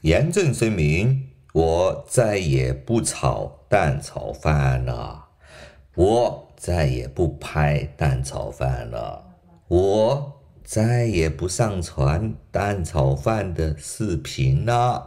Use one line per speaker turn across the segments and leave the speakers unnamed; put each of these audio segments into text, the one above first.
严正声明，我再也不炒蛋炒饭了，我再也不拍蛋炒饭了，我再也不上传蛋炒饭的视频了。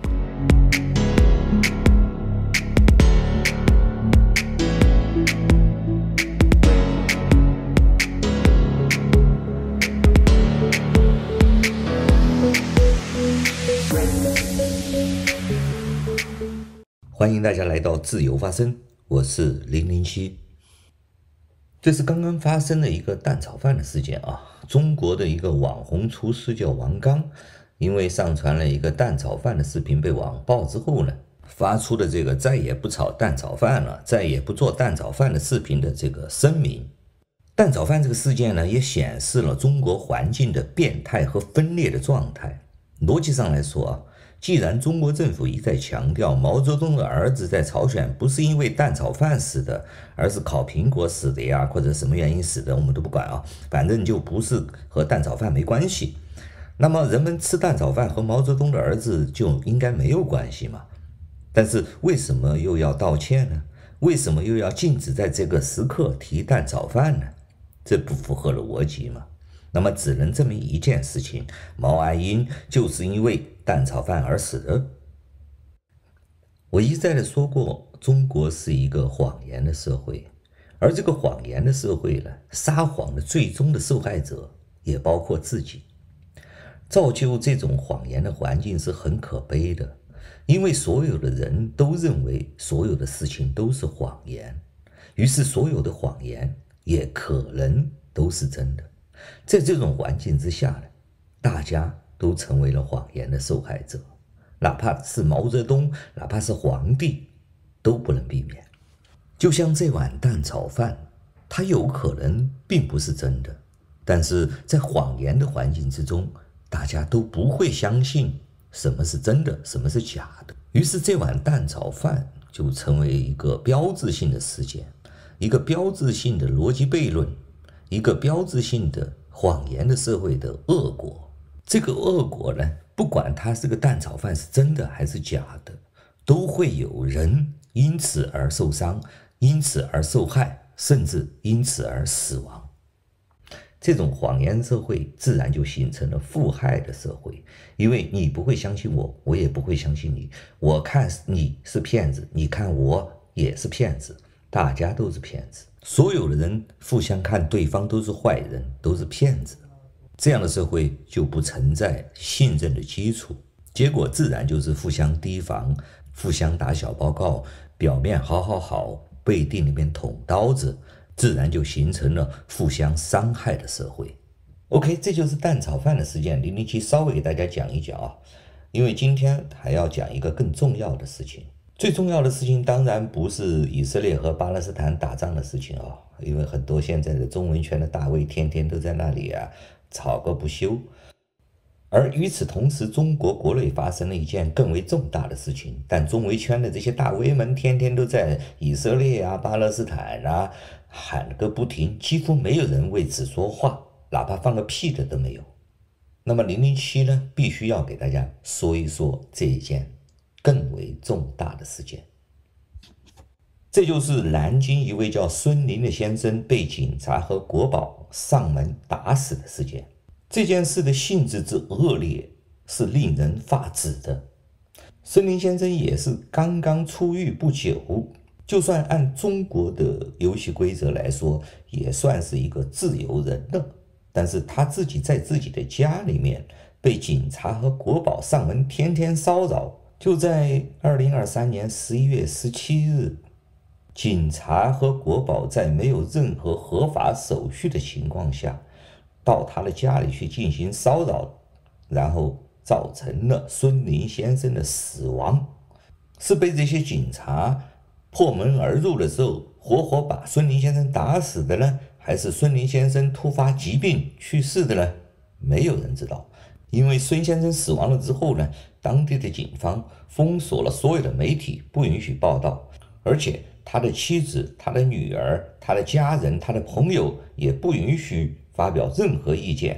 欢迎大家来到自由发声，我是007。这是刚刚发生的一个蛋炒饭的事件啊！中国的一个网红厨师叫王刚，因为上传了一个蛋炒饭的视频被网爆之后呢，发出了这个再也不炒蛋炒饭了，再也不做蛋炒饭的视频的这个声明。蛋炒饭这个事件呢，也显示了中国环境的变态和分裂的状态。逻辑上来说啊，既然中国政府一再强调毛泽东的儿子在朝鲜不是因为蛋炒饭死的，而是烤苹果死的呀，或者什么原因死的，我们都不管啊，反正就不是和蛋炒饭没关系。那么人们吃蛋炒饭和毛泽东的儿子就应该没有关系嘛？但是为什么又要道歉呢？为什么又要禁止在这个时刻提蛋炒饭呢？这不符合逻辑嘛？那么只能证明一件事情，毛岸英就是因为蛋炒饭而死的。我一再的说过，中国是一个谎言的社会，而这个谎言的社会呢，撒谎的最终的受害者也包括自己。造就这种谎言的环境是很可悲的，因为所有的人都认为所有的事情都是谎言，于是所有的谎言也可能都是真的。在这种环境之下呢，大家都成为了谎言的受害者，哪怕是毛泽东，哪怕是皇帝，都不能避免。就像这碗蛋炒饭，它有可能并不是真的，但是在谎言的环境之中，大家都不会相信什么是真的，什么是假的。于是这碗蛋炒饭就成为一个标志性的事件，一个标志性的逻辑悖论，一个标志性的谎言的社会的恶果。这个恶果呢，不管它这个蛋炒饭是真的还是假的，都会有人因此而受伤，因此而受害，甚至因此而死亡。这种谎言社会自然就形成了负害的社会，因为你不会相信我，我也不会相信你，我看你是骗子，你看我也是骗子，大家都是骗子，所有的人互相看对方都是坏人，都是骗子。这样的社会就不存在信任的基础，结果自然就是互相提防，互相打小报告，表面好，背地里面捅刀子，自然就形成了互相伤害的社会。OK， 这就是蛋炒饭的事件，007稍微给大家讲一讲啊，因为今天还要讲一个更重要的事情。最重要的事情当然不是以色列和巴勒斯坦打仗的事情啊，因为很多现在的中文圈的大 V 天天都在那里啊吵个不休。而与此同时，中国国内发生了一件更为重大的事情，但中维圈的这些大 V 们天天都在以色列啊、巴勒斯坦啊喊个不停，几乎没有人为此说话，哪怕放个屁的都没有。那么007呢，必须要给大家说一说这一件更为重大的事件。这就是南京一位叫孙林的先生被警察和国保上门打死的事件。这件事的性质之恶劣是令人发指的。孙林先生也是刚刚出狱不久，就算按中国的游戏规则来说，也算是一个自由人了。但是他自己在自己的家里面被警察和国保上门天天骚扰。就在2023年11月17日，警察和国保在没有任何合法手续的情况下到他的家里去进行骚扰，然后造成了孙林先生的死亡。是被这些警察破门而入的时候活活把孙林先生打死的呢，还是孙林先生突发疾病去世的呢？没有人知道。因为孙先生死亡了之后呢，当地的警方封锁了所有的媒体，不允许报道，而且他的妻子、他的女儿、他的家人、他的朋友也不允许发表任何意见。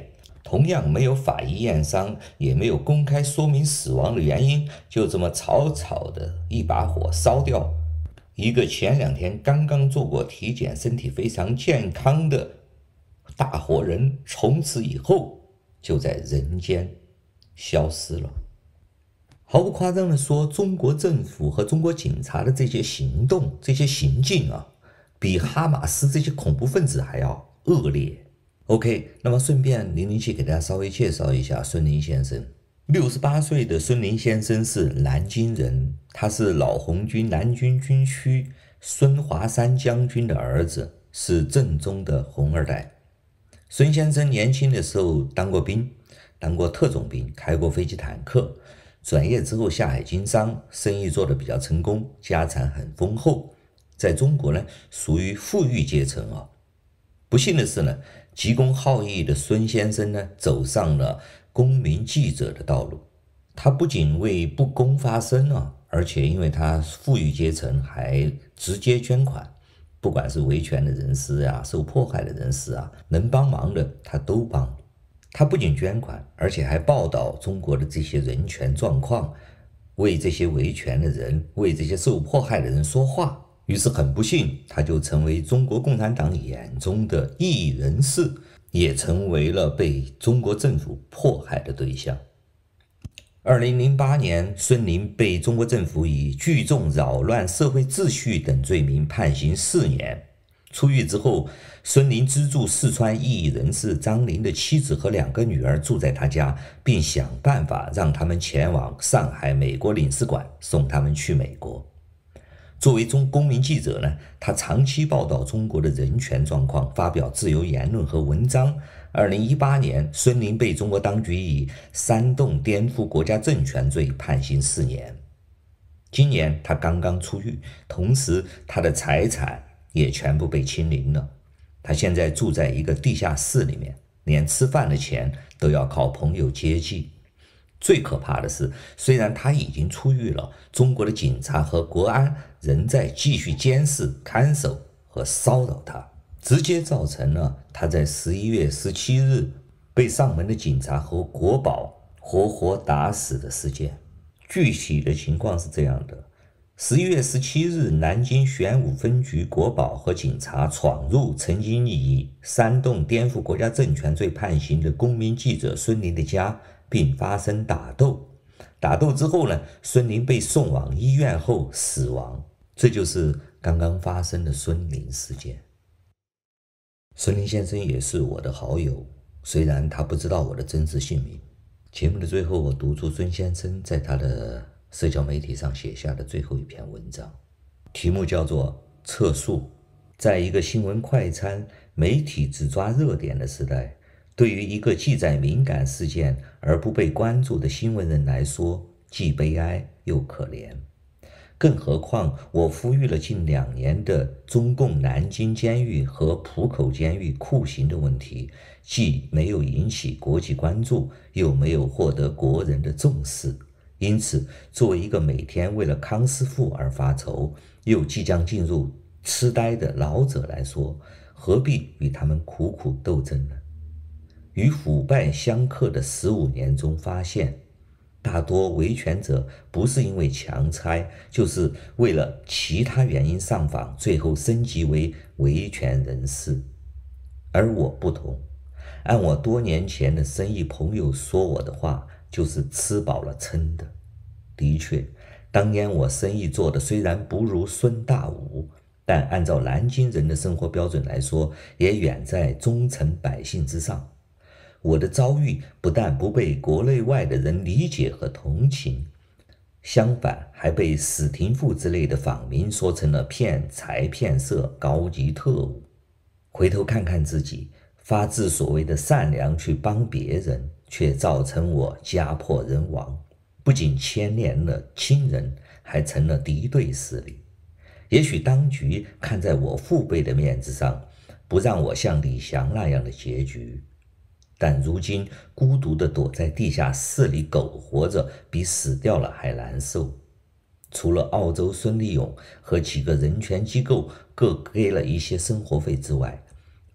同样没有法医验伤，也没有公开说明死亡的原因，就这么草草的一把火烧掉一个前2天刚刚做过体检、身体非常健康的大活人，从此以后就在人间消失了。毫不夸张地说，中国政府和中国警察的这些行动、这些行径啊，比哈马斯这些恐怖分子还要恶劣。OK， 那么顺便007给大家稍微介绍一下孙林先生。68岁的孙林先生是南京人，他是老红军南京军区孙华山将军的儿子，是正宗的红二代。孙先生年轻的时候当过兵，当过特种兵，开过飞机坦克，转业之后下海经商，生意做得比较成功，家产很丰厚，在中国呢属于富裕阶层啊。不幸的是呢，急公好义的孙先生呢走上了公民记者的道路。他不仅为不公发声啊，而且因为他富裕阶层还直接捐款，不管是维权的人士啊，受迫害的人士啊，能帮忙的他都帮。他不仅捐款，而且还报道中国的这些人权状况，为这些维权的人，为这些受迫害的人说话。于是很不幸，他就成为中国共产党眼中的异议人士，也成为了被中国政府迫害的对象。2008年，孙林被中国政府以聚众扰乱社会秩序等罪名判刑4年。出狱之后，孙林资助四川异议人士张林的妻子和2个女儿住在他家，并想办法让他们前往上海美国领事馆，送他们去美国。作为公民记者呢，他长期报道中国的人权状况，发表自由言论和文章。2018年，孙林被中国当局以煽动颠覆国家政权罪判刑4年。今年他刚刚出狱，同时他的财产也全部被清零了。他现在住在一个地下室里面，连吃饭的钱都要靠朋友接济。最可怕的是，虽然他已经出狱了，中国的警察和国安仍在继续监视、看守和骚扰他，直接造成了他在11月17日被上门的警察和国保活活打死的事件。具体的情况是这样的：11月17日，南京玄武分局国保和警察闯入曾经以煽动颠覆国家政权罪判刑的公民记者孙林的家，并发生打斗。打斗之后呢，孙林被送往医院后死亡。这就是刚刚发生的孙林事件。孙林先生也是我的好友，虽然他不知道我的真实姓名。节目的最后，我读出孙先生在他的社交媒体上写下的最后一篇文章，题目叫做《测速》。在一个新闻快餐、媒体只抓热点的时代，对于一个记载敏感事件而不被关注的新闻人来说，既悲哀又可怜。更何况我呼吁了近2年的中共南京监狱和浦口监狱酷刑的问题，既没有引起国际关注，又没有获得国人的重视。因此，作为一个每天为了康师傅而发愁，又即将进入痴呆的老者来说，何必与他们苦苦斗争呢？与腐败相克的15年中发现，大多维权者不是因为强拆，就是为了其他原因上访，最后升级为维权人士。而我不同，按我多年前的生意朋友说我的话，就是吃饱了撑的。的确，当年我生意做的虽然不如孙大武，但按照南京人的生活标准来说，也远在中层百姓之上。我的遭遇不但不被国内外的人理解和同情，相反还被史廷富之类的访民说成了骗财骗色高级特务。回头看看自己，发自所谓的善良去帮别人，却造成我家破人亡，不仅牵连了亲人，还成了敌对势力。也许当局看在我父辈的面子上，不让我像李翔那样的结局，但如今孤独地躲在地下室里苟活着，比死掉了还难受。除了澳洲孙立勇和几个人权机构各给了一些生活费之外，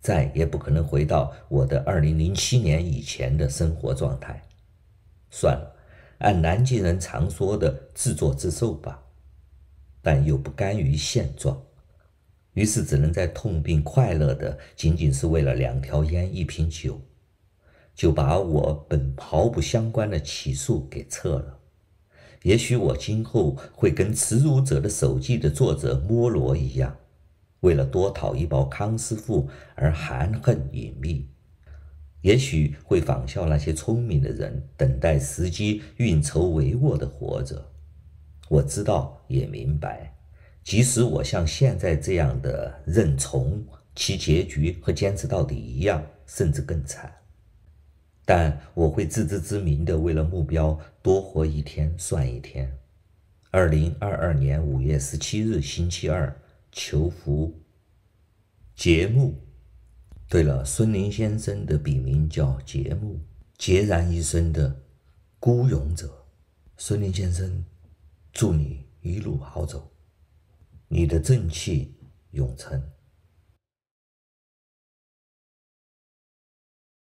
再也不可能回到我的2007年以前的生活状态。算了，按南京人常说的自作自受吧。但又不甘于现状，于是只能在痛并快乐的仅仅是为了2条烟1瓶酒，就把我本毫不相关的起诉给撤了。也许我今后会跟《耻辱者的手记》的作者摩罗一样，为了多讨一包康师傅而含恨隐秘。也许会仿效那些聪明的人，等待时机，运筹帷幄地活着。我知道也明白，即使我像现在这样的认从，其结局和坚持到底一样，甚至更惨。但我会自知之明的为了目标多活一天算一天。2022年5月17日星期二，求福。节目。对了，孙林先生的笔名叫节目，孑然一身的孤勇者。孙林先生，祝你一路好走，你的正气永存。